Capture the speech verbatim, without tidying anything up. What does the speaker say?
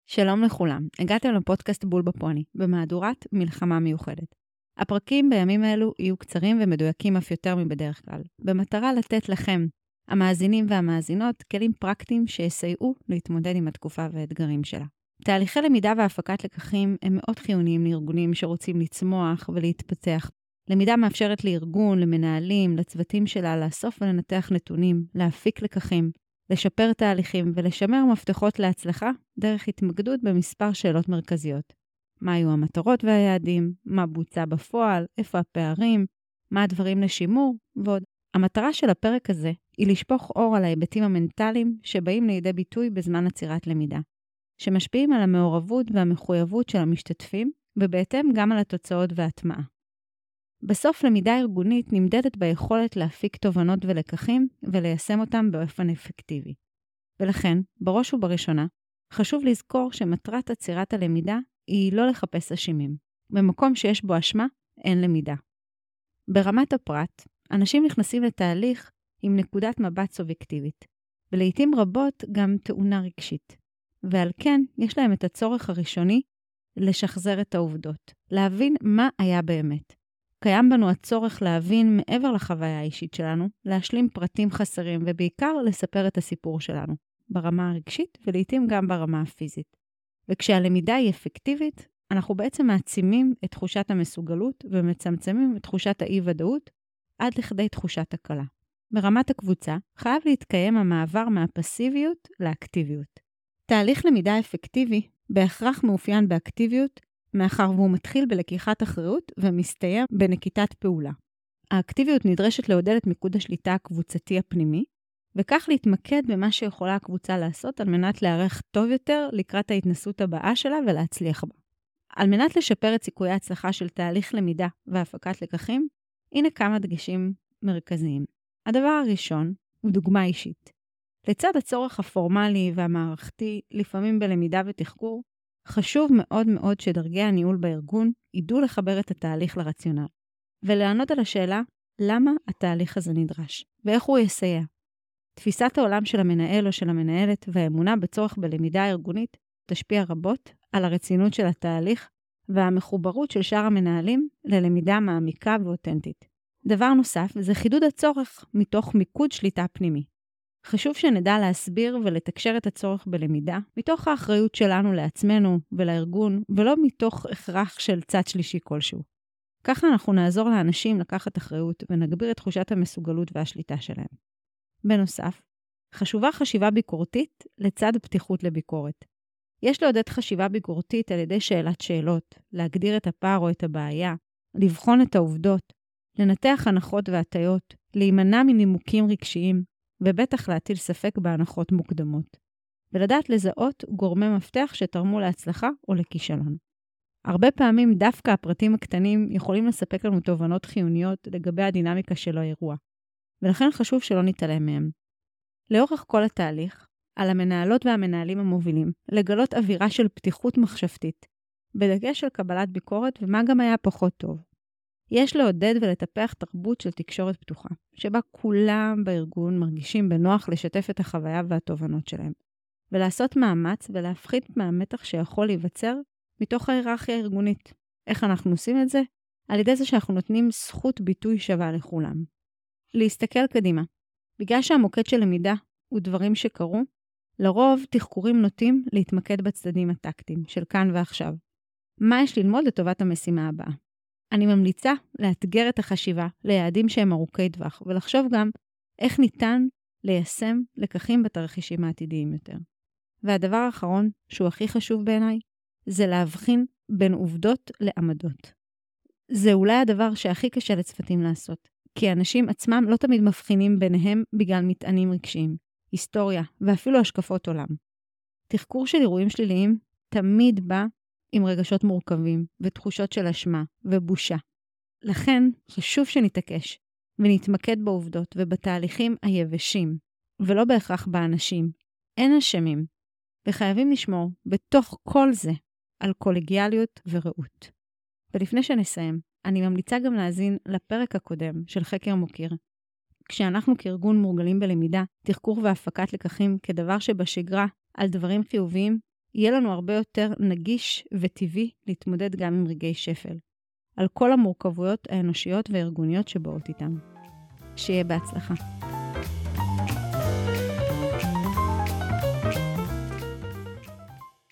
שלום לכולם, הגעתם לפודקאסט בול בפוני, במהדורת מלחמה מיוחדת. הפרקים בימים אלו יהיו קצרים ומדויקים אף יותר מבדרך כלל, במטרה לתת לכם, המאזינים והמאזינות, כלים פרקטיים שיסייעו להתמודד עם התקופה והאתגרים שלה. תהליכי למידה והפקת לקחים הם מאוד חיוניים לארגונים שרוצים לצמוח ולהתפתח. למידה מאפשרת לארגון, למנהלים, לצוותים שלה לאסוף ולנתח נתונים, להפיק לקחים, לשפר תהליכים ולשמר מפתחות להצלחה דרך התמקדות במספר שאלות מרכזיות. מה היו המטרות והיעדים, מה בוצע בפועל, איפה הפערים, מה הדברים לשימור ועוד. המטרה של הפרק הזה היא לשפוך אור על ההיבטים המנטליים שבאים לידי ביטוי בזמן עצירת למידה, שמשפיעים על המעורבות והמחויבות של המשתתפים ובהתאם גם על התוצאות וההטמעה. בסוף למידה ארגונית נמדדת ביכולת להפיק תובנות ולקחים וליישם אותם באופן אפקטיבי. ולכן, בראש ובראשונה, חשוב לזכור שמטרת עצירת הלמידה היא לא לחפש אשמים. במקום שיש בו אשמה, אין למידה. ברמת הפרט, אנשים נכנסים לתהליך עם נקודת מבט סובייקטיבית, ולעיתים רבות גם תאונה רגשית. ועל כן, יש להם את הצורך הראשוני לשחזר את העובדות, להבין מה היה באמת. קיים בנו הצורך להבין מעבר לחוויה האישית שלנו, להשלים פרטים חסרים ובעיקר לספר את הסיפור שלנו, ברמה הרגשית ולעיתים גם ברמה הפיזית. וכשהלמידה היא אפקטיבית, אנחנו בעצם מעצימים את תחושת המסוגלות ומצמצמים את תחושת האי-ודאות עד לכדי תחושת הקלה. ברמת הקבוצה חייב להתקיים המעבר מהפסיביות לאקטיביות. תהליך למידה אפקטיבי בהכרח מאופיין באקטיביות, מאחר והוא מתחיל בלקיחת אחריות ומסתיים בנקיטת פעולה. האקטיביות נדרשת לעודד את מיקוד השליטה הקבוצתי הפנימי, וכך להתמקד במה שיכולה הקבוצה לעשות על מנת להיערך טוב יותר לקראת ההתנסות הבאה שלה ולהצליח בה. על מנת לשפר את סיכויי ההצלחה של תהליך למידה והפקת לקחים, הנה כמה דגשים מרכזיים. הדבר הראשון הוא דוגמה אישית. לצד הצורך הפורמלי והמערכתי, לפעמים בלמידה ותחקור, חשוב מאוד מאוד שדרגי הניהול בארגון ידעו לחבר את התהליך לרציונל, ולענות על השאלה למה התהליך הזה נדרש, ואיך הוא יסייע. תפיסת העולם של המנהל או של המנהלת והאמונה בצורך בלמידה הארגונית תשפיע רבות על הרצינות של התהליך והמחוברות של שאר המנהלים ללמידה מעמיקה ואותנטית. דבר נוסף זה חידוד הצורך מתוך מיקוד שליטה פנימי. חשוב שנדע להסביר ולתקשר את הצורך בלמידה, מתוך האחריות שלנו לעצמנו ולארגון, ולא מתוך הכרח של צד שלישי כלשהו. ככה אנחנו נעזור לאנשים לקחת אחריות ונגביר את תחושת המסוגלות והשליטה שלהם. בנוסף, חשובה חשיבה ביקורתית לצד פתיחות לביקורת. יש לעודד חשיבה ביקורתית על ידי שאלת שאלות, להגדיר את הפער או את הבעיה, לבחון את העובדות, לנתח הנחות והטיות, להימנע מנימוקים רגשיים, ובטח להטיל ספק בהנחות מוקדמות, ולדעת לזהות גורמי מפתח שתרמו להצלחה או לכישלון. הרבה פעמים דווקא הפרטים הקטנים יכולים לספק לנו תובנות חיוניות לגבי הדינמיקה של האירוע, ולכן חשוב שלא נתעלם מהם. לאורך כל התהליך, על המנהלות והמנהלים המובילים לגלות אווירה של פתיחות מחשבתית, בדגש של קבלת ביקורת ומה גם היה פחות טוב. יש לעודד ולטפח תרבות של תקשורת פתוחה, שבה כולם בארגון מרגישים בנוח לשתף את החוויה והתובנות שלהם, ולעשות מאמץ ולהפחית מהמתח שיכול להיווצר מתוך ההיררכיה הארגונית. איך אנחנו עושים את זה? על ידי זה שאנחנו נותנים זכות ביטוי שווה לכולם. להסתכל קדימה. בגלל שהמוקד של למידה הוא דברים שקרו, לרוב תחקורים נוטים להתמקד בצדדים הטקטיים של כאן ועכשיו. מה יש ללמוד לטובת המשימה הבאה? אני ממליצה לאתגר את החשיבה ליעדים שהם ארוכי טווח, ולחשוב גם איך ניתן ליישם לקחים בתרחישים העתידיים יותר. והדבר האחרון, שהוא הכי חשוב בעיניי, זה להבחין בין עובדות לעמדות. זה אולי הדבר שהכי קשה לצוותים לעשות, כי האנשים עצמם לא תמיד מבחינים ביניהם בגלל מטענים רגשיים, היסטוריה ואפילו השקפות עולם. תחקור של אירועים שליליים תמיד בא עם רגשות מורכבים ותחושות של אשמה ובושה. לכן חשוב שנתעקש ונתמקד בעובדות ובתהליכים היבשים, ולא בהכרח באנשים. אין אשמים, וחייבים לשמור בתוך כל זה על קולגיאליות ורעות. ולפני שנסיים, אני ממליצה גם להאזין לפרק הקודם של חקר מוקיר. כשאנחנו כארגון מורגלים בלמידה, תחקור והפקת לקחים כדבר שבשגרה על דברים חיוביים, יהיה לנו הרבה יותר נגיש וטבעי להתמודד גם עם רגעי שפל, על כל המורכבויות האנושיות והארגוניות שבאות איתם. שיהיה בהצלחה.